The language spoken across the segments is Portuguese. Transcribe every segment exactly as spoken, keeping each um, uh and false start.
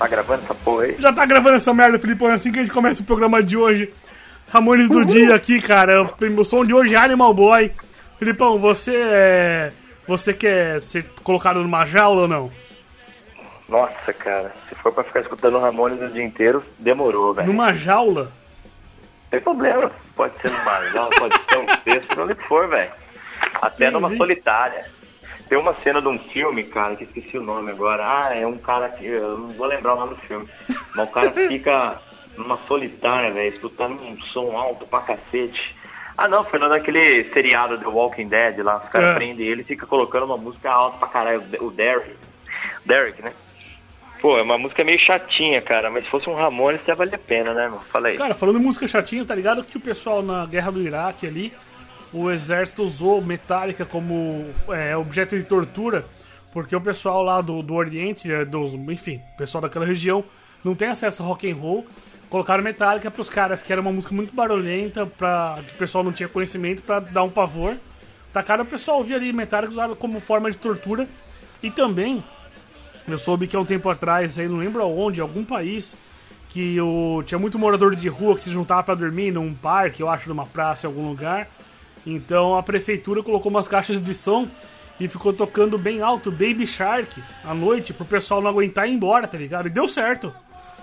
tá gravando essa porra aí? Já tá gravando essa merda, Felipão. É assim que a gente começa o programa de hoje. Ramones do Uhum. dia aqui, cara. O som de hoje é Animal Boy. Felipão, você é... Você quer ser colocado numa jaula ou não? Nossa, cara, se for pra ficar escutando Ramones o dia inteiro, demorou, velho. Numa jaula? Não tem problema. Pode ser numa jaula, pode ser um texto, onde for, velho. Até Entendi. numa solitária. Tem uma cena de um filme, cara, que esqueci o nome agora. Ah, é um cara que... Eu não vou lembrar o nome do filme. Mas o cara fica numa solitária, velho, escutando um som alto pra cacete. Ah, não, foi naquele seriado The Walking Dead lá. Os caras É. prendem ele e fica colocando uma música alta pra caralho. O Derek. Derek, né? Pô, é uma música meio chatinha, cara. Mas se fosse um Ramones, até vale a pena, né, mano? Fala aí. Cara, falando em música chatinha, tá ligado que o pessoal na guerra do Iraque ali, o exército usou Metallica como é, objeto de tortura, porque o pessoal lá do, do Oriente, é, dos, enfim, o pessoal daquela região, não tem acesso ao rock and roll. Colocaram Metallica pros caras, que era uma música muito barulhenta, pra, que o pessoal não tinha conhecimento, pra dar um pavor. Tacaram o pessoal ouvir ali Metallica, usaram como forma de tortura. E também, eu soube que há um tempo atrás, aí não lembro aonde, em algum país, que o, tinha muito morador de rua que se juntava pra dormir num parque, eu acho, numa praça, em algum lugar. Então a prefeitura colocou umas caixas de som e ficou tocando bem alto Baby Shark à noite pro pessoal não aguentar ir embora, tá ligado? E deu certo.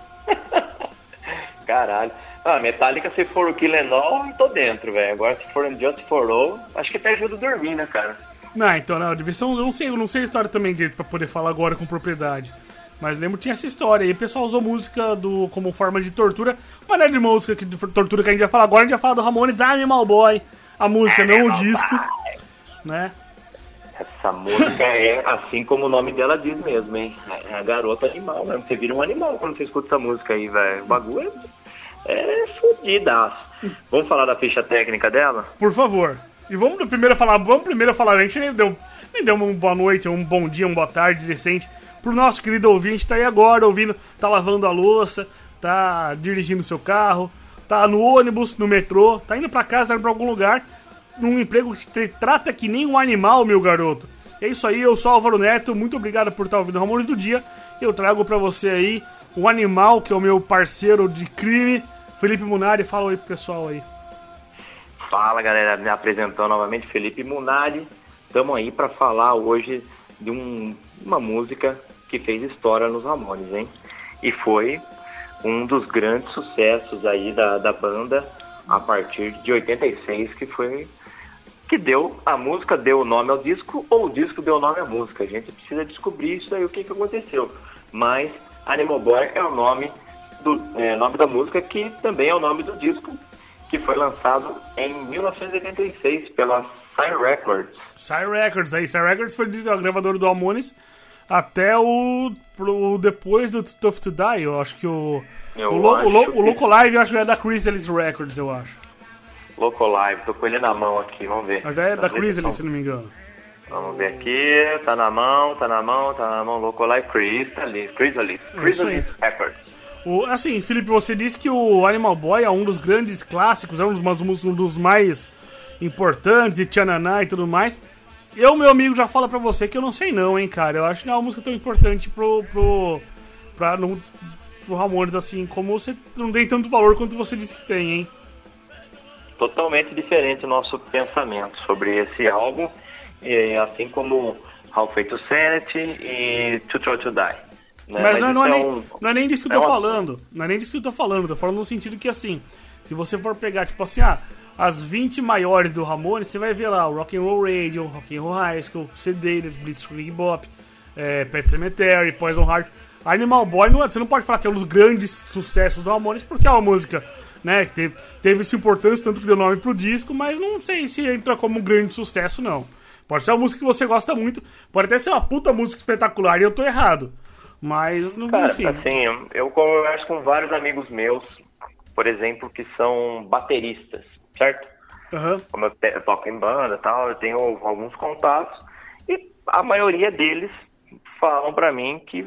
Caralho. Ah, Metallica, se for o Kill Em All, eu tô dentro, velho. Agora, se for Just For All, acho que até ajuda a dormir, né, cara? Não, então, não, devia ser um, eu não sei, eu não sei a história também direito pra poder falar agora com propriedade. Mas lembro que tinha essa história aí, o pessoal usou música do, como forma de tortura, mas não é de música que, de tortura que a gente vai falar agora, a gente vai falar do Ramones Animal Boy, a música, não o disco, né? Essa música é assim como o nome dela diz mesmo, hein? É a garota animal, né? Você vira um animal quando você escuta essa música aí, velho. O bagulho é, é fodidaço. Vamos falar da ficha técnica dela? Por favor. E vamos primeiro falar, vamos primeiro falar, a gente nem deu, nem deu uma boa noite, um bom dia, uma boa tarde decente pro nosso querido ouvinte, tá aí agora ouvindo, tá lavando a louça, tá dirigindo o seu carro, tá no ônibus, no metrô, tá indo pra casa, tá indo pra algum lugar, num emprego que te trata que nem um animal, meu garoto. É isso aí, eu sou Álvaro Neto, muito obrigado por estar ouvindo o Ramones do Dia. Eu trago pra você aí um animal que é o meu parceiro de crime, Felipe Munari. Fala aí pro pessoal aí. Fala, galera, me apresentando novamente, Felipe Munari. Estamos aí para falar hoje de um, uma música que fez história nos Ramones, hein? E foi um dos grandes sucessos aí da, da banda a partir de oitenta e seis, que foi que deu, a música deu o nome ao disco, ou o disco deu o nome à música. A gente precisa descobrir isso aí, o que, que aconteceu. Mas Animal Boy é o nome, do, é, nome da música, que também é o nome do disco, que foi lançado em mil novecentos e oitenta e seis pela Sire Records. Sire Records, aí, Sire Records foi a gravadora do Ramones até o, o depois do Tough to Die, eu acho que o Eu o, Lo, acho o, Lo, que... o Loco Live eu acho que é da Chrysalis Records, eu acho. Loco Live, tô com ele na mão aqui, vamos ver. Mas é da Vamos ver Chrysalis, se se não me engano. Vamos ver aqui, tá na mão, tá na mão, tá na mão, Loco Live, Chrysalis, Chrysalis, Chrysalis Records. O, assim, Felipe, você disse que o Animal Boy é um dos grandes clássicos, é um dos, um dos mais importantes, e tchananá e tudo mais. Eu, meu amigo, já falo pra você que eu não sei não, hein, cara. Eu acho que não é uma música tão importante pro, pro, pra, no, pro Ramones, assim, como você não tem tanto valor quanto você disse que tem, hein. Totalmente diferente o nosso pensamento sobre esse álbum, e, assim como How Fate to Sanity e To Try to Die. Né? Mas, Mas não, não, é é nem, um, não é nem disso que é eu tô uma... falando. Não é nem disso que eu tô falando. Tô falando no sentido que, assim, se você for pegar, tipo assim, ah, as vinte maiores do Ramones, você vai ver lá o Rock and Roll Radio, Rock and Roll High School, Sedated, Blitzkrieg Bop, é, Pet Sematary, Poison Heart. Animal Boy, não é, você não pode falar que é um dos grandes sucessos do Ramones, porque é uma música, né, que teve, teve essa importância, tanto que deu nome pro disco, mas não sei se entra como um grande sucesso, não. Pode ser uma música que você gosta muito, pode até ser uma puta música espetacular, e eu tô errado. Mas, não, Cara, enfim. assim, eu converso com vários amigos meus, por exemplo, que são bateristas, certo? Uhum. Como eu, te, eu toco em banda e tal, eu tenho alguns contatos, e a maioria deles falam pra mim que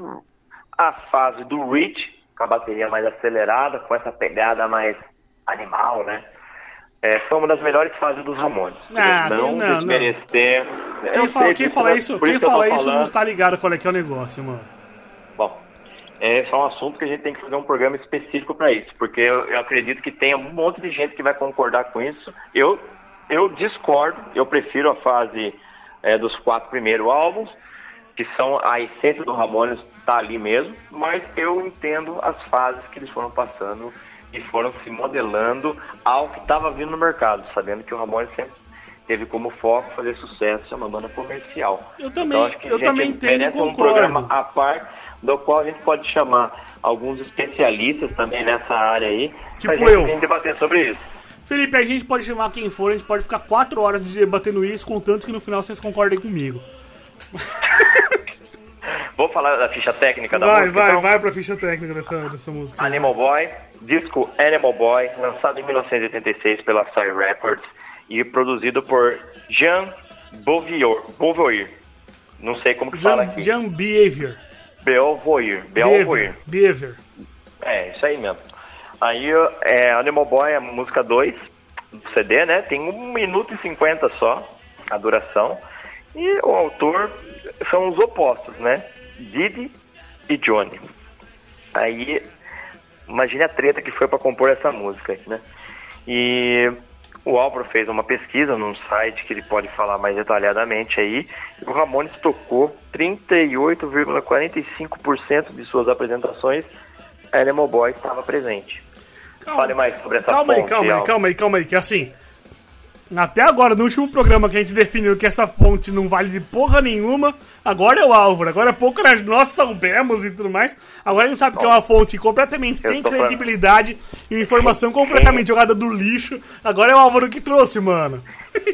a fase do Rich, com a bateria mais acelerada, com essa pegada mais animal, né? É, foi uma das melhores fases dos Ramones. Ah, não, não, desmerecer. Quem fala, quem fala isso, quem que fala eu tô isso falando. não tá ligado qual é que é o negócio, mano. Bom, é só um assunto que a gente tem que fazer um programa específico para isso, porque eu, eu acredito que tem um monte de gente que vai concordar com isso. Eu, eu discordo, eu prefiro a fase é, dos quatro primeiros álbuns, que são a essência do Ramones, tá ali mesmo, mas eu entendo as fases que eles foram passando e foram se modelando ao que estava vindo no mercado, sabendo que o Ramones sempre teve como foco fazer sucesso, é uma banda comercial. Eu também, então, acho que eu também entendo e um concordo. Programa à parte, do qual a gente pode chamar alguns especialistas também nessa área aí, tipo pra eu. gente debater sobre isso. Felipe, a gente pode chamar quem for, a gente pode ficar quatro horas debatendo isso, contanto que no final vocês concordem comigo. Vou falar da ficha técnica da vai, música. Vai, então. vai pra ficha técnica dessa, dessa música. Animal Boy, disco Animal Boy, lançado em mil novecentos e oitenta e seis pela Sire Records e produzido por Jean Beauvoir. Beauvoir. Não sei como que Jean, fala aqui. Jean Beauvoir. Beauvoir. Beauvoir. Beauvoir. É, isso aí mesmo. Aí, é, Animal Boy é a música dois do C D, né? Tem um minuto e cinquenta só a duração. E o autor são os opostos, né? Didi e Johnny. Aí, imagine a treta que foi para compor essa música, né? E o Álvaro fez uma pesquisa num site que ele pode falar mais detalhadamente aí. E o Ramones tocou trinta e oito vírgula quarenta e cinco por cento de suas apresentações. Animal Boy estava presente. Calma, Fale mais sobre essa calma ponte. Aí, calma aí, Álvaro. calma aí, calma aí, que assim... Até agora, no último programa que a gente definiu que essa ponte não vale de porra nenhuma, agora é o Álvaro. Agora é pouco nós soubemos e tudo mais. Agora a gente sabe que é uma fonte completamente sem credibilidade e informação completamente jogada do lixo. Agora é o Álvaro que trouxe, mano.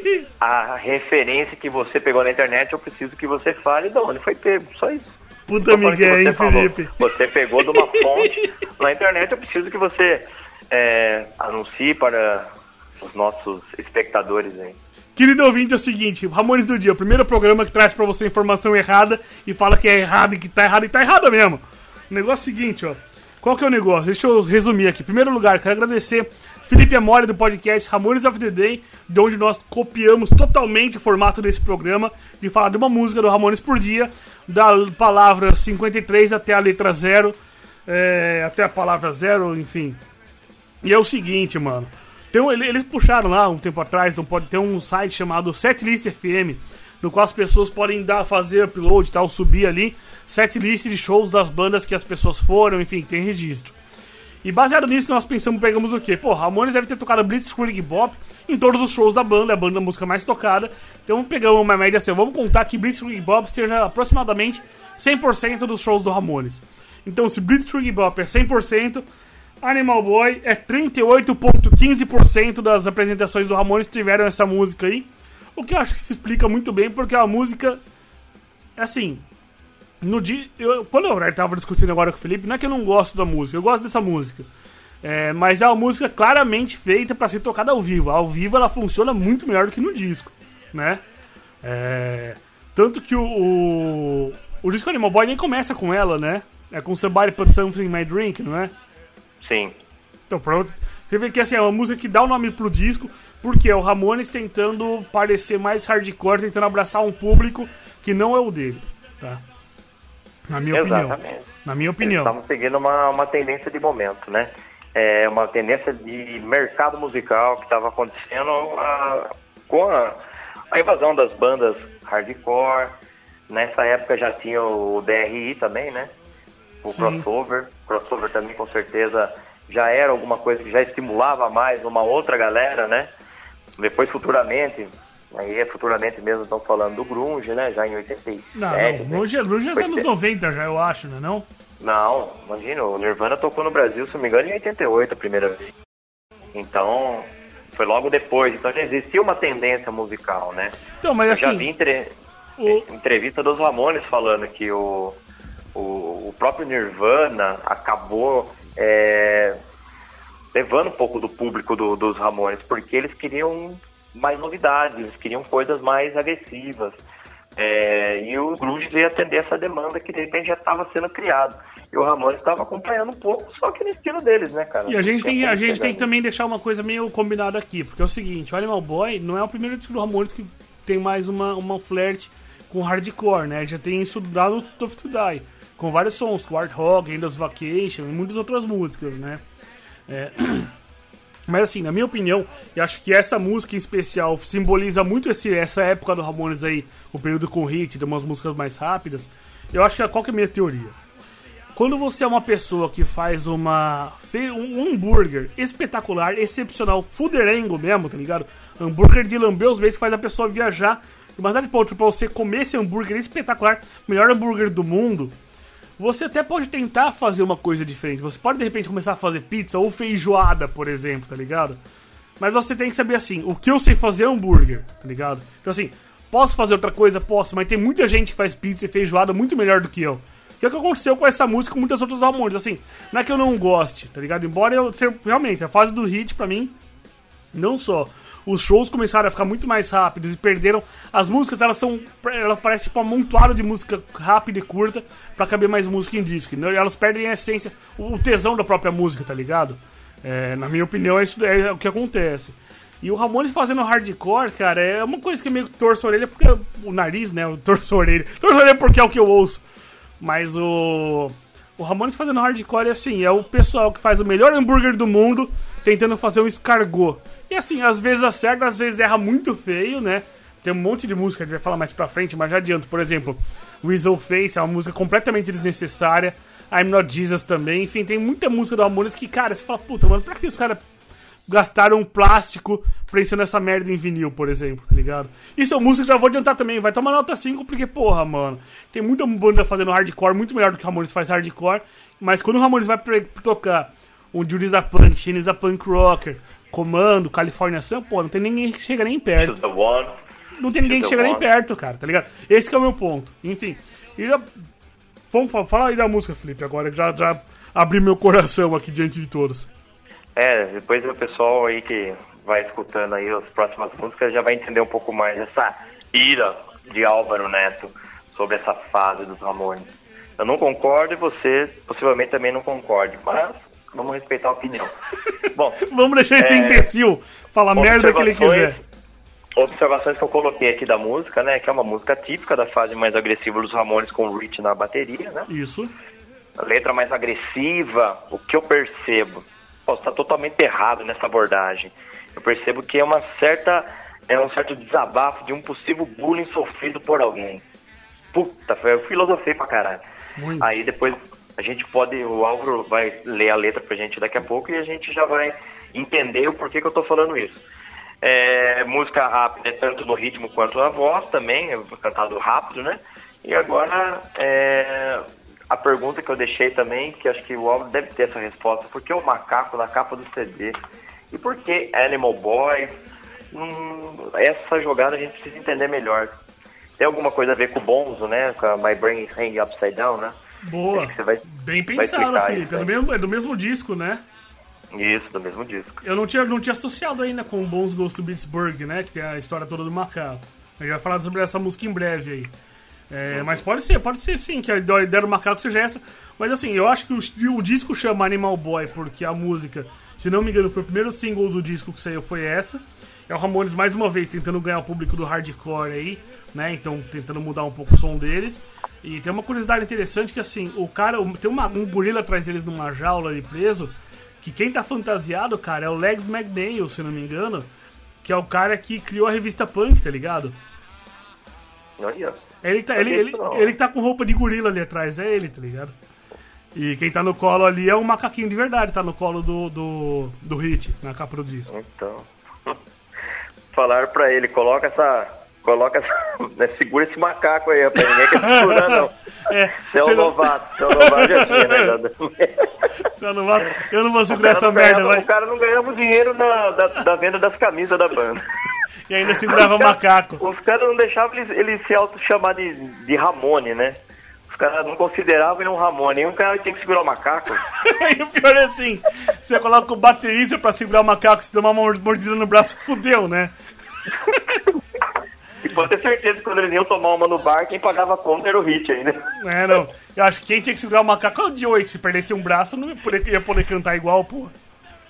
A referência que você pegou na internet, eu preciso que você fale de onde foi pego. Só isso. Puta Miguel, hein, Felipe? Você pegou de uma fonte na internet, eu preciso que você é, anuncie para os nossos espectadores aí. Querido ouvinte, é o seguinte, Ramones do Dia, o primeiro programa que traz pra você informação errada e fala que é errado e que tá errado e tá errado mesmo. O negócio é o seguinte, ó. Qual que é o negócio? Deixa eu resumir aqui. Em primeiro lugar, quero agradecer Felipe Amore do podcast Ramones of the Day, de onde nós copiamos totalmente o formato desse programa, de falar de uma música do Ramones por dia, da palavra cinquenta e três até a letra zero, é, até a palavra zero, enfim. E é o seguinte, mano. Tem um, eles puxaram lá um tempo atrás, então pode ter um site chamado Setlist F M, no qual as pessoas podem dar, fazer upload e tal, subir ali, setlist de shows das bandas que as pessoas foram, enfim, tem registro. E baseado nisso, nós pensamos, pegamos o quê? Pô, Ramones deve ter tocado Blitzkrieg Bop em todos os shows da banda, é a banda da música mais tocada. Então pegamos uma média assim, vamos contar que Blitzkrieg Bop esteja aproximadamente cem por cento dos shows do Ramones. Então se Blitzkrieg Bop é cem por cento... Animal Boy é trinta e oito vírgula quinze por cento das apresentações do Ramones tiveram essa música aí. O que eu acho que se explica muito bem, porque a música, assim, no dia, eu, quando eu estava discutindo agora com o Felipe, não é que eu não gosto da música, eu gosto dessa música. É, mas é uma música claramente feita para ser tocada ao vivo. Ao vivo ela funciona muito melhor do que no disco, né? É, tanto que o, o, o disco Animal Boy nem começa com ela, né? É com Somebody Put Something in My Drink, não é? Sim. Então, pronto. Você vê que assim, é uma música que dá o nome pro disco, porque é o Ramones tentando parecer mais hardcore, tentando abraçar um público que não é o dele, tá? Na minha Exatamente. opinião. Na minha opinião. Estamos seguindo uma, uma tendência de momento, né? É uma tendência de mercado musical que estava acontecendo a, com a, a invasão das bandas hardcore. Nessa época já tinha o D R I também, né? O Sim. crossover, crossover também com certeza já era alguma coisa que já estimulava mais uma outra galera, né? Depois futuramente, aí é futuramente mesmo, estão falando do grunge, né? Já em oitenta e sete. Não, não, grunge, é grunge é dos anos noventa já, eu acho, né? Não? Não, imagina, o Nirvana tocou no Brasil, se não me engano, em oitenta e oito a primeira vez. Então, foi logo depois, então já existia uma tendência musical, né? Então, mas Eu assim... já vi entre... o... entrevista dos Ramones falando que o O, o próprio Nirvana acabou é, levando um pouco do público do, dos Ramones, porque eles queriam mais novidades, eles queriam coisas mais agressivas. É, e o grunge veio atender essa demanda que de repente já estava sendo criado. E o Ramones estava acompanhando um pouco, só que no estilo deles, né, cara? E a gente tem, a gente tem que também também deixar uma coisa meio combinada aqui, porque é o seguinte, o Animal Boy não é o primeiro disco do Ramones que tem mais uma, uma flerte com hardcore, né? Já tem isso lá no Tough to Die. com vários sons, com Warthog, Endless Vacation e muitas outras músicas, né? É... Mas assim, na minha opinião, eu acho que essa música em especial simboliza muito esse, essa época do Ramones aí, o período com hit, de umas músicas mais rápidas. Eu acho que qual que é a minha teoria? Quando você é uma pessoa que faz uma um hambúrguer espetacular, excepcional, fuderengo mesmo, tá ligado? Hambúrguer de lamber os beijos que faz a pessoa viajar de uma cidade pra outra pra você comer esse hambúrguer espetacular, melhor hambúrguer do mundo. Você até pode tentar fazer uma coisa diferente. Você pode, de repente, começar a fazer pizza ou feijoada, por exemplo, tá ligado? Mas você tem que saber, assim, o que eu sei fazer é hambúrguer, tá ligado? Então, assim, posso fazer outra coisa? Posso, mas tem muita gente que faz pizza e feijoada muito melhor do que eu. Que é o que aconteceu com essa música e com muitas outras Ramones. Assim, não é que eu não goste, tá ligado? Embora eu... Realmente, a fase do hit, pra mim, não só... Os shows começaram a ficar muito mais rápidos e perderam... As músicas, elas são... Elas parecem tipo um amontoado de música rápida e curta pra caber mais música em disco. Né? Elas perdem a essência, o tesão da própria música, tá ligado? É, na minha opinião, é isso é o que acontece. E o Ramones fazendo hardcore, cara, é uma coisa que meio que torço a orelha, porque o nariz, né? Eu torço a orelha. Torço a orelha porque é o que eu ouço. Mas o... O Ramones fazendo hardcore, assim, é o pessoal que faz o melhor hambúrguer do mundo tentando fazer um escargot. E assim, às vezes acerta, às vezes erra muito feio, né? Tem um monte de música que a gente vai falar mais pra frente, mas já adianto. Por exemplo, Weasel Face é uma música completamente desnecessária. I'm Not Jesus também. Enfim, tem muita música do Ramones que, cara, você fala, puta, mano, pra que os caras gastaram plástico prensando essa merda em vinil, por exemplo, tá ligado? Isso é música que já vou adiantar também, vai tomar nota cinco, porque, porra, mano, tem muita banda fazendo hardcore, muito melhor do que o Ramones faz hardcore, mas quando o Ramones vai pra, pra tocar um Judas a Punk, Chinese a Punk Rocker, Comando, California Sun, pô, não tem ninguém que chega nem perto. Não tem ninguém que chega nem perto, cara, tá ligado? Esse que é o meu ponto. Enfim, e já... Vamos falar aí da música, Felipe, agora, que já, já abri meu coração aqui diante de todos. É, depois o pessoal aí que vai escutando aí as próximas músicas já vai entender um pouco mais essa ira de Álvaro Neto sobre essa fase dos Ramones. Eu não concordo e você possivelmente também não concorde, mas vamos respeitar a opinião. Bom, vamos deixar esse é, imbecil falar merda que ele quiser. Observações que eu coloquei aqui da música, né, que é uma música típica da fase mais agressiva dos Ramones com o Rich na bateria, né? Isso. A letra mais agressiva, o que eu percebo... Posso estar totalmente errado nessa abordagem. Eu percebo que é uma certa é um certo desabafo de um possível bullying sofrido por alguém. Puta, eu filosofei pra caralho. Muito. Aí depois a gente pode, o Álvaro vai ler a letra pra gente daqui a pouco e a gente já vai entender o porquê que eu tô falando isso. É, música rápida, tanto no ritmo quanto na voz também, é cantado rápido, né? E agora é... a pergunta que eu deixei também, que acho que o Álvaro deve ter essa resposta, por que o macaco na capa do C D? E por que Animal Boy? Hum, essa jogada a gente precisa entender melhor. Tem alguma coisa a ver com o Bonzo, né? Com a My Brain is Hanging Upside Down, né? Boa, você vai, bem pensado, vai Felipe. Isso, é, do mesmo, é do mesmo disco, né? Isso, do mesmo disco. Eu não tinha, não tinha associado ainda com o Bonzo Goes to Pittsburgh, né? Que tem a história toda do macaco. A gente vai falar sobre essa música em breve aí. É, mas pode ser, pode ser sim, que a ideia do macaco seja essa. Mas assim, eu acho que o, o disco chama Animal Boy porque a música, se não me engano, foi o primeiro single do disco que saiu, foi essa. É o Ramones mais uma vez tentando ganhar o público do hardcore aí, né? Então tentando mudar um pouco o som deles. E tem uma curiosidade interessante que assim, o cara, tem uma, um gorila atrás deles numa jaula ali preso, que quem tá fantasiado, cara, é o Legs McNeil, se não me engano, que é o cara que criou a revista Punk, tá ligado? Olha. Ele, tá, ele, ele, ele que tá com roupa de gorila ali atrás, é ele, tá ligado? E quem tá no colo ali é um macaquinho de verdade, tá no colo do, do, do Hit, na capa do disco. Então, falaram pra ele, coloca essa, coloca essa, né, segura esse macaco aí, rapaz, ninguém quer segurar não. É, você é um novato, você é um novato já tinha, né? Você é um novato, eu não vou segurar essa merda, ganhava, vai. O cara não ganhava dinheiro na, da, da venda das camisas da banda. E ainda segurava os macaco. Os caras não deixavam ele, ele se auto-chamar de, de Ramone, né? Os caras não consideravam ele um Ramone. E um cara tinha que segurar o macaco. E o pior é assim, você coloca o baterista pra segurar o macaco, se tomar uma mordida no braço, fudeu, né? E pode ter certeza que quando eles iam tomar uma no bar, quem pagava a conta era o Hit ainda. É, não. Eu acho que quem tinha que segurar o macaco é o Joey, que se perdesse um braço não ia poder, ia poder cantar igual, pô.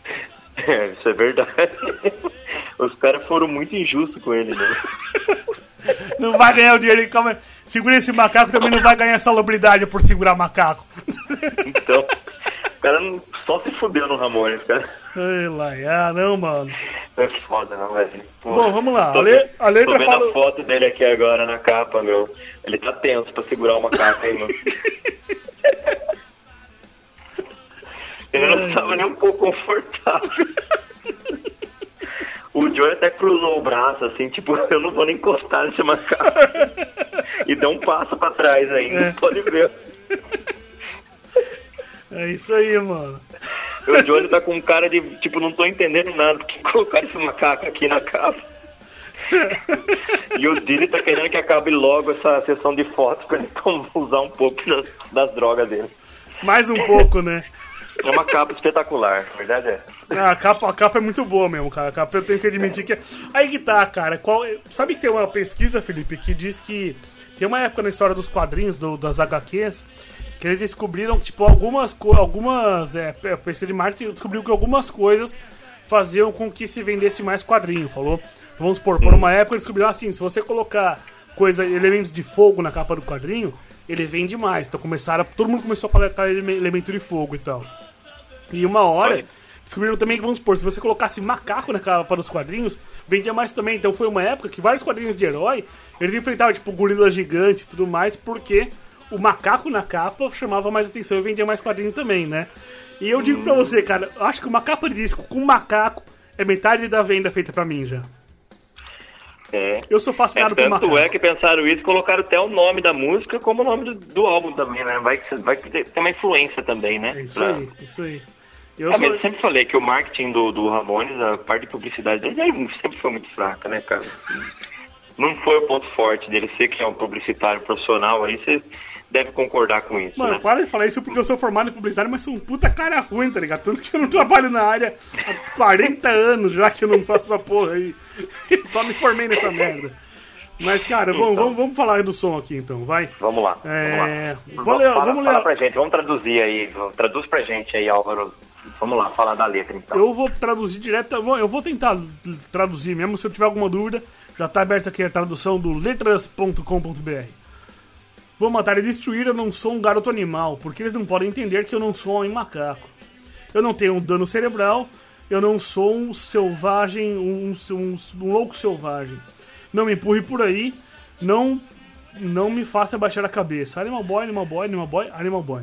É, isso é verdade. Os caras foram muito injustos com ele, né? Não vai ganhar o dinheiro. Calma. Segura esse macaco, também não vai ganhar salubridade por segurar macaco. Então, o cara não, só se fudeu no Ramones, cara. Ai, lá, ah, não, mano. É foda, não, velho. Pô, Bom, vamos lá. Tô, A, le, a letra tô vendo fala... a foto dele aqui agora na capa, meu. Ele tá tenso pra segurar o macaco aí, mano. Ele não tava nem um pouco confortável. O Joey até cruzou o braço, assim, tipo, eu não vou nem encostar nesse macaco. E deu um passo pra trás ainda, é. Pode ver. É isso aí, mano. O Johnny tá com um cara de, tipo, não tô entendendo nada, porque colocaram esse macaco aqui na capa. E o Didi tá querendo que acabe logo essa sessão de fotos pra ele usar um pouco das, das drogas dele. Mais um pouco, né? É uma capa espetacular, a verdade é. Ah, a, capa, a capa é muito boa mesmo, cara. A capa eu tenho que admitir que é... Aí que tá, cara. Qual... Sabe que tem uma pesquisa, Felipe, que diz que tem uma época na história dos quadrinhos, do, das agá quês, que eles descobriram que, tipo, algumas coisas, algumas, é, a P C de marketing descobriu que algumas coisas faziam com que se vendesse mais quadrinho, falou? Vamos supor, por uma época eles descobriram assim, se você colocar coisa, elementos de fogo na capa do quadrinho, ele vende mais. Então começaram, todo mundo começou a colocar elemento de fogo e tal. E uma hora, descobriram também que, vamos supor, se você colocasse macaco na capa dos quadrinhos, vendia mais também. Então foi uma época que vários quadrinhos de herói, eles enfrentavam, tipo, gorila gigante e tudo mais, porque o macaco na capa chamava mais atenção e vendia mais quadrinho também, né? E eu digo pra você, cara, eu acho que uma capa de disco com macaco é metade da venda feita pra mim já. É. Eu sou fascinado é, por macaco. Tanto é que pensaram isso e colocaram até o nome da música como o nome do, do álbum também, né? Vai, vai ter uma influência também, né? É isso pra... aí, isso aí. Eu, é, sou... eu sempre falei que o marketing do, do Ramones, a parte de publicidade dele sempre foi muito fraca, né, cara? Não foi o ponto forte dele. Você que é um publicitário profissional aí, você deve concordar com isso, Mano, né? para de falar isso porque eu sou formado em publicidade, mas sou um puta cara ruim, tá ligado? Tanto que eu não trabalho na área há quarenta anos já que eu não faço essa porra aí. Só me formei nessa merda. Mas, cara, então, vamos, vamos, vamos falar do som aqui então, vai? Vamos lá, é... vamos lá. Vamos ler, fala, vamos fala ler. pra gente, vamos traduzir aí. Traduz pra gente aí, Álvaro. Vamos lá, falar da letra então. Eu vou traduzir direto, eu vou tentar traduzir mesmo, se eu tiver alguma dúvida, já tá aberta aqui a tradução do letras ponto com ponto b r. Vou matar e destruir, eu não sou um garoto animal, porque eles não podem entender que eu não sou um homem macaco. Eu não tenho um dano cerebral, eu não sou um selvagem, um, um, um louco selvagem. Não me empurre por aí, não, não me faça baixar a cabeça. Animal boy, animal boy, animal boy, animal boy.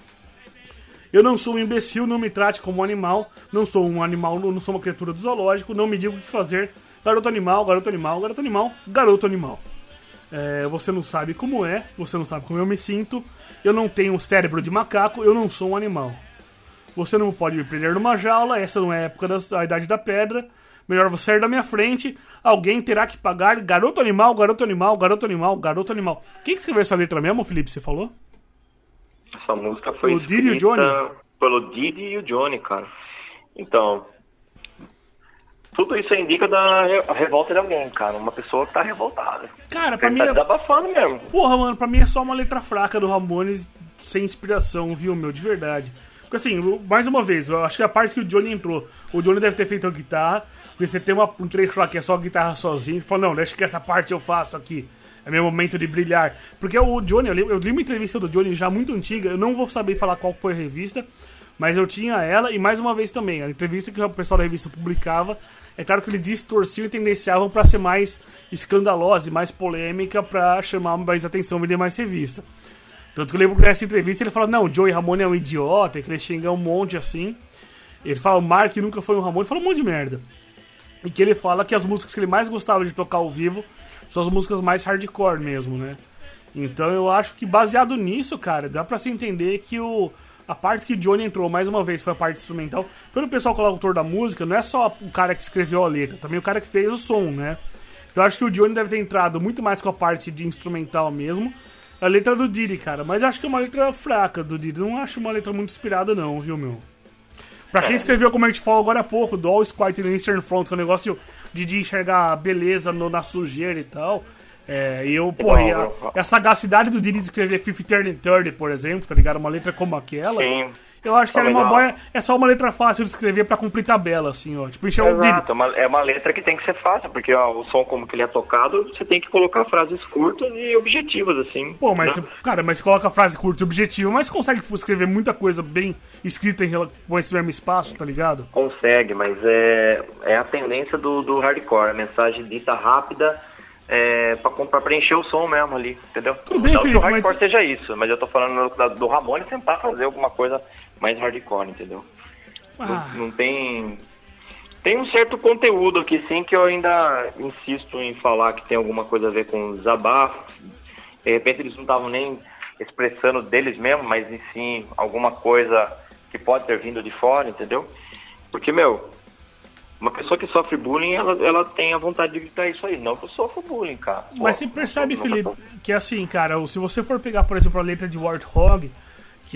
Eu não sou um imbecil, não me trate como um animal, não sou um animal, não sou uma criatura do zoológico, não me diga o que fazer. Garoto animal, garoto animal, garoto animal, garoto animal. É, você não sabe como é, você não sabe como eu me sinto, eu não tenho cérebro de macaco, eu não sou um animal. Você não pode me prender numa jaula, essa não é a época da Idade da Pedra, melhor você sair da minha frente, alguém terá que pagar. Garoto animal, garoto animal, garoto animal, garoto animal. Quem que escreveu essa letra mesmo, Felipe, você falou? Essa música foi o Didi e o Johnny? Pelo Didi e o Johnny, cara. Então, tudo isso indica da revolta de alguém, cara. Uma pessoa que tá revoltada. Cara, pra Ele mim tá é... desabafando mesmo. Porra, mano, pra mim é só uma letra fraca do Ramones sem inspiração, viu, meu? De verdade. Porque assim, mais uma vez, eu acho que a parte que o Johnny entrou, o Johnny deve ter feito a guitarra, porque você tem uma, um trecho lá que é só a guitarra sozinho, e fala, não, deixa que essa parte eu faço aqui. É meu momento de brilhar. Porque o Johnny, eu li, eu li uma entrevista do Johnny já muito antiga, eu não vou saber falar qual foi a revista, mas eu tinha ela, e mais uma vez também, a entrevista que o pessoal da revista publicava, é claro que eles distorciam e tendenciavam pra ser mais escandalosa e mais polêmica, pra chamar mais atenção e vender mais revista. Tanto que eu lembro que nessa entrevista ele fala, não, o Joey Ramone é um idiota, que ele xinga um monte assim. Ele fala, o Mark nunca foi um Ramone, ele fala um monte de merda. E que ele fala que as músicas que ele mais gostava de tocar ao vivo são as músicas mais hardcore mesmo, né? Então eu acho que baseado nisso, cara, dá pra se entender que o, a parte que o Johnny entrou mais uma vez foi a parte instrumental. Quando o pessoal coloca o autor da música, não é só o cara que escreveu a letra, também o cara que fez o som, né? Eu acho que o Johnny deve ter entrado muito mais com a parte de instrumental mesmo. A letra do Didi, cara, mas acho que é uma letra fraca do Didi. Não acho uma letra muito inspirada não, viu, meu? Pra quem escreveu, como a gente falou agora há pouco, do All Is Quiet in the Eastern Front, que é o negócio de Didi enxergar beleza no, na sujeira e tal, É, e eu, pô, e a, Igual, e a sagacidade do Didi de escrever fifty, thirty, thirty, por exemplo, tá ligado? Uma letra como aquela. Sim. Eu acho que Não, Animal mas, Boy é só uma letra fácil de escrever pra cumprir tabela, assim, ó. Tipo, encher o Didi. Exato, é uma, é uma letra que tem que ser fácil, porque ó, o som como que ele é tocado, você tem que colocar frases curtas e objetivas, assim. Pô, mas, né? você- cara, mas você coloca a frase curta e objetiva, mas consegue escrever muita coisa bem escrita em rela- com esse mesmo espaço, tá ligado? Consegue, mas é, é a tendência do, do hardcore, a mensagem dita rápida, é, pra, pra preencher o som mesmo ali, entendeu? Tudo bem, Não que Felipe, o hardcore mas- seja isso, mas eu tô falando do, do Ramones tentar fazer alguma coisa mais hardcore, entendeu? Ah, Não, não tem... Tem um certo conteúdo aqui, sim, que eu ainda insisto em falar que tem alguma coisa a ver com desabafo. De repente eles não estavam nem expressando deles mesmo, mas, enfim, alguma coisa que pode ter vindo de fora, entendeu? Porque, meu, uma pessoa que sofre bullying, ela, ela tem a vontade de gritar isso aí. Não que eu sofro bullying, cara. Pô, mas você percebe, não- Felipe, não- que assim, cara, se você for pegar, por exemplo, a letra de Warthog, que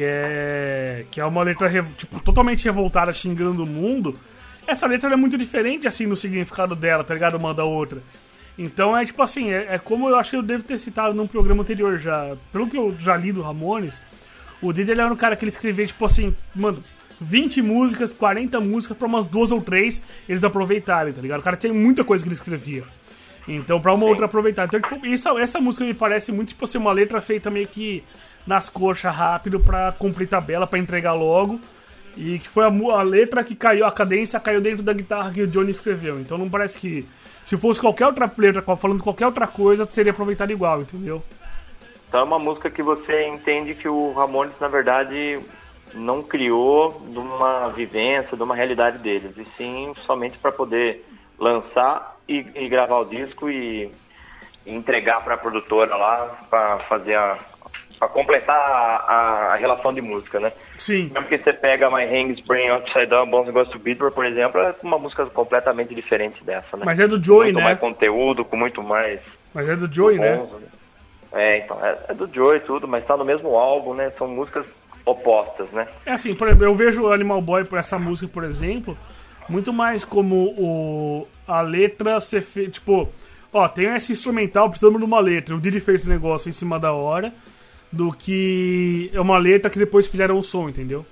é que é uma letra rev- tipo, totalmente revoltada, xingando o mundo, essa letra é muito diferente, assim, no significado dela, tá ligado? Uma da outra. Então é tipo assim, é, é como eu acho que eu devo ter citado num programa anterior já. Pelo que eu já li do Ramones, o Didi ele era um cara que ele escrevia, tipo assim, mano, vinte músicas, quarenta músicas pra umas duas ou três eles aproveitarem, tá ligado? O cara tem muita coisa que ele escrevia. Então, pra uma ou outra aproveitar. Então, tipo, isso, essa música me parece muito, tipo assim, uma letra feita meio que nas coxas rápido pra cumprir tabela, pra entregar logo. E que foi a, mu- a letra que caiu, a cadência caiu dentro da guitarra que o Johnny escreveu. Então não parece que, se fosse qualquer outra letra falando qualquer outra coisa, seria aproveitado igual, entendeu? Então é uma música que você entende que o Ramones, na verdade, não criou de uma vivência, de uma realidade deles, e sim somente para poder lançar e, e gravar o disco e, e entregar para a produtora lá para fazer a para completar a, a, a relação de música, né? Sim. Mesmo que você pega My Hands Brain Upside Down, Bones Goes to Beatles, por exemplo, é uma música completamente diferente dessa, né? Mas é do Joey, com muito né? mais conteúdo, com muito mais Mas é do Joey, né? bons, né? É, então, é, é do Joey e tudo, mas tá no mesmo álbum, né? São músicas opostas, né? É assim, por exemplo, eu vejo o Animal Boy por essa música, por exemplo, muito mais como o, a letra ser feita, tipo, ó, tem esse instrumental, precisamos de uma letra, o Didi fez esse negócio em cima da hora, do que é uma letra que depois fizeram o som, entendeu?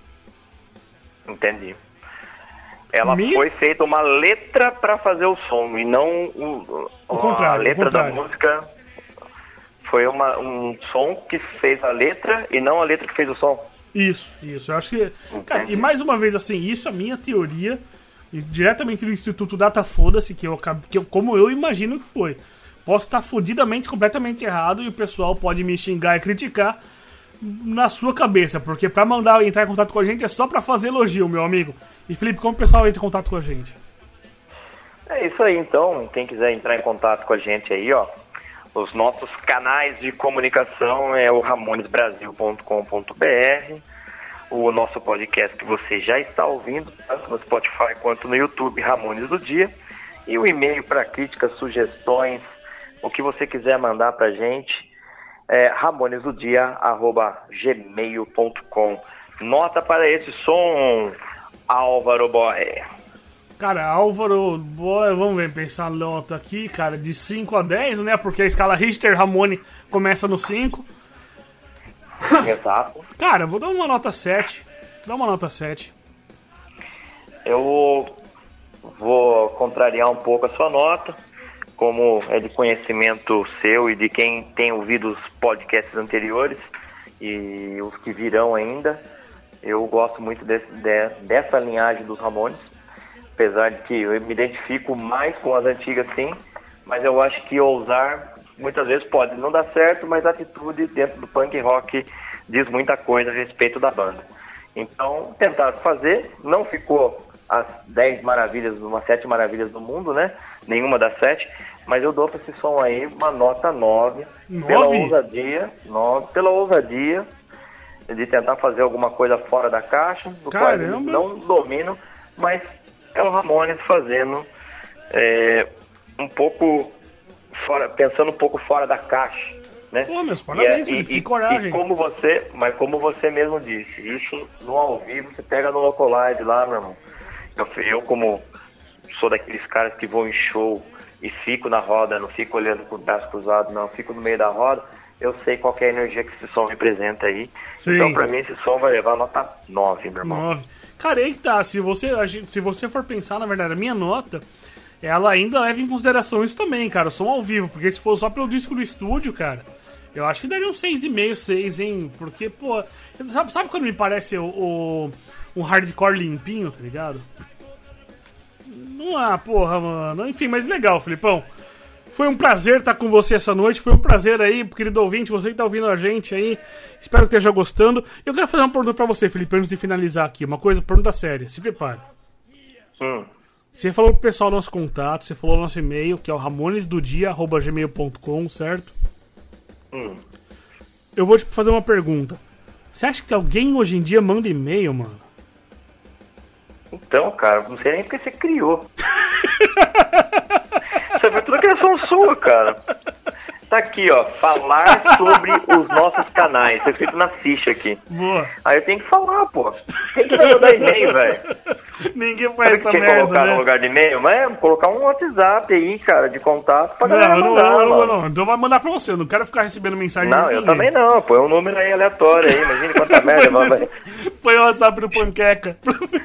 Entendi. Ela Me- foi feita uma letra pra fazer o som, e não o, O contrário, a letra o contrário. da música foi uma, um som que fez a letra e não a letra que fez o som. Isso, isso. Eu acho que. Cara, Entendi. e mais uma vez, assim, isso é a minha teoria, e diretamente do Instituto Data Foda-se, que eu, acabo- que eu, como eu imagino que foi. Posso estar fodidamente, completamente errado, e o pessoal pode me xingar e criticar na sua cabeça, porque pra mandar entrar em contato com a gente é só pra fazer elogio, meu amigo. E Felipe, como o pessoal entra em contato com a gente? É isso aí, então. Quem quiser entrar em contato com a gente aí, ó, os nossos canais de comunicação é o ramones brasil ponto com ponto b r, o nosso podcast que você já está ouvindo, tanto no Spotify quanto no YouTube, Ramones do Dia, e o e-mail para críticas, sugestões, o que você quiser mandar pra gente, é ramonesdodia arroba gmail ponto com. Nota para esse som, Álvaro Boy. Cara, Álvaro, boa, vamos ver, pensar na nota aqui, cara, de cinco a dez, né? Porque a escala Richter-Ramone começa no cinco. Exato. Cara, vou dar uma nota sete. Dá uma nota sete. Eu vou contrariar um pouco a sua nota, como é de conhecimento seu e de quem tem ouvido os podcasts anteriores e os que virão ainda. Eu gosto muito desse, de, dessa linhagem dos Ramones, apesar de que eu me identifico mais com as antigas, sim, mas eu acho que ousar muitas vezes pode não dar certo, mas a atitude dentro do punk rock diz muita coisa a respeito da banda. Então, tentaram fazer, não ficou as dez maravilhas, umas sete maravilhas do mundo, né? Nenhuma das sete, mas eu dou para esse som aí uma nota nove, pela Nove? ousadia, nove, pela ousadia de tentar fazer alguma coisa fora da caixa, do qual eles Caramba! não dominam, mas é o Ramones fazendo é, um pouco fora, pensando um pouco fora da caixa, né? Pô, meus parabéns, E, Felipe, e, que coragem. E como você, mas como você mesmo disse, isso no ao vivo, você pega no Locolive lá, meu irmão. Eu, eu como sou daqueles caras que vão em show e fico na roda, não fico olhando pro braço cruzado, não, fico no meio da roda, eu sei qual que é a energia que esse som representa aí. Sim. Então, pra mim, esse som vai levar nota nove, meu irmão. nove. Cara, aí que tá, se você, se você for pensar, na verdade, a minha nota, ela ainda leva em consideração isso também, cara, o som ao vivo, porque se for só pelo disco do estúdio, cara, eu acho que daria um seis vírgula cinco, seis, hein, porque, pô, sabe, sabe quando me parece o, o, um hardcore limpinho, tá ligado? Não, ah, porra, mano, enfim, mas legal, Felipão. Foi um prazer estar com você essa noite. Foi um prazer aí, querido ouvinte, você que tá ouvindo a gente aí. Espero que esteja gostando. Eu quero fazer uma pergunta pra você, Felipe, antes de finalizar aqui. Uma coisa, pergunta séria. Se prepare. Hum. Você falou pro pessoal nosso contato, você falou nosso e-mail, que é o ramonesdodia arroba gmail ponto com, certo? Hum. Eu vou te fazer uma pergunta. Você acha que alguém hoje em dia manda e-mail, mano? Então, cara, não sei nem porque você criou. Isso foi tudo criação sua, cara. Tá aqui, ó, falar sobre os nossos canais. Tá escrito na ficha aqui. Boa. Aí eu tenho que falar, pô. Quem que vai mandar e-mail, velho? Ninguém faz essa que merda, colocar né? no lugar de e-mail? Mas é, colocar um WhatsApp aí, cara, de contato pra não, galera não, mandar, não, não, mano. não. Então vai mandar pra você. Eu não quero ficar recebendo mensagem Não, de eu ninguém. também não. Põe um número aí aleatório aí. Imagina quanta merda. Vai... Põe o WhatsApp do Panqueca.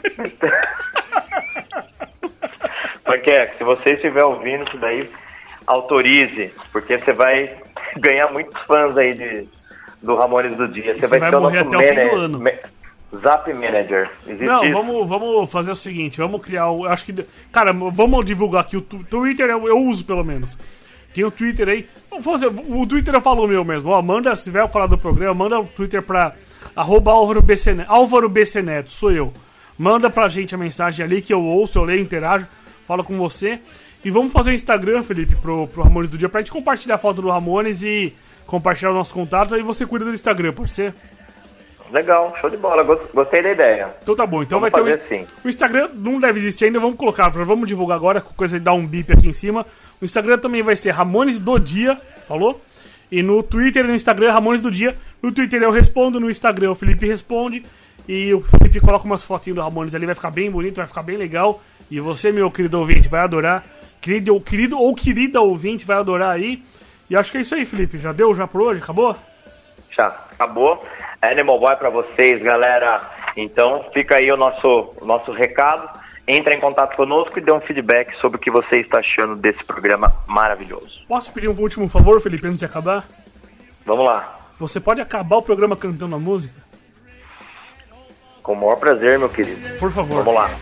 Panqueca, se você estiver ouvindo isso daí, autorize, porque você vai ganhar muitos fãs aí de, do Ramones do Dia. Você, você vai, vai ser o morrer nosso até mana- o fim do ano. Ma- Zap Manager. Existe Não, isso? vamos, vamos fazer o seguinte, vamos criar o... Acho que... Cara, vamos divulgar aqui o tu, Twitter, eu, eu uso pelo menos. Tem o Twitter aí. Vamos fazer, o Twitter eu falo o meu mesmo. Ó, manda, se tiver falar do programa, manda o Twitter pra arroba Álvaro B C Neto. Álvaro B C Neto, sou eu. Manda pra gente a mensagem ali que eu ouço, eu leio, interajo, falo com você. E vamos fazer o Instagram, Felipe, pro, pro Ramones do Dia, pra gente compartilhar a foto do Ramones e compartilhar o nosso contato. Aí você cuida do Instagram, pode ser? Legal, show de bola, gostei da ideia. Então tá bom, então vamos vai ter fazer o, assim. o Instagram não deve existir ainda, vamos colocar, vamos divulgar agora, com coisa de dar um bip aqui em cima. O Instagram também vai ser Ramones do Dia, falou? E no Twitter e no Instagram, Ramones do Dia. No Twitter eu respondo, no Instagram o Felipe responde. E o Felipe coloca umas fotinhas do Ramones ali, vai ficar bem bonito, vai ficar bem legal. E você, meu querido ouvinte, vai adorar. Querido ou, querido ou querida ouvinte, vai adorar aí. E acho que é isso aí, Felipe. Já deu já por hoje? Acabou? Já, acabou. Animal Boy pra vocês, galera. Então, fica aí o nosso, o nosso recado. Entra em contato conosco e dê um feedback sobre o que você está achando desse programa maravilhoso. Posso pedir um último favor, Felipe, antes de acabar? Vamos lá. Você pode acabar o programa cantando a música? Com o maior prazer, meu querido. Por favor. Vamos lá.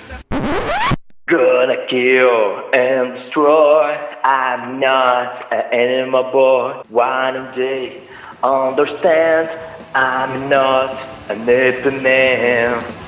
Gonna kill and destroy. I'm not an animal boy. One day understand I'm not an ape man.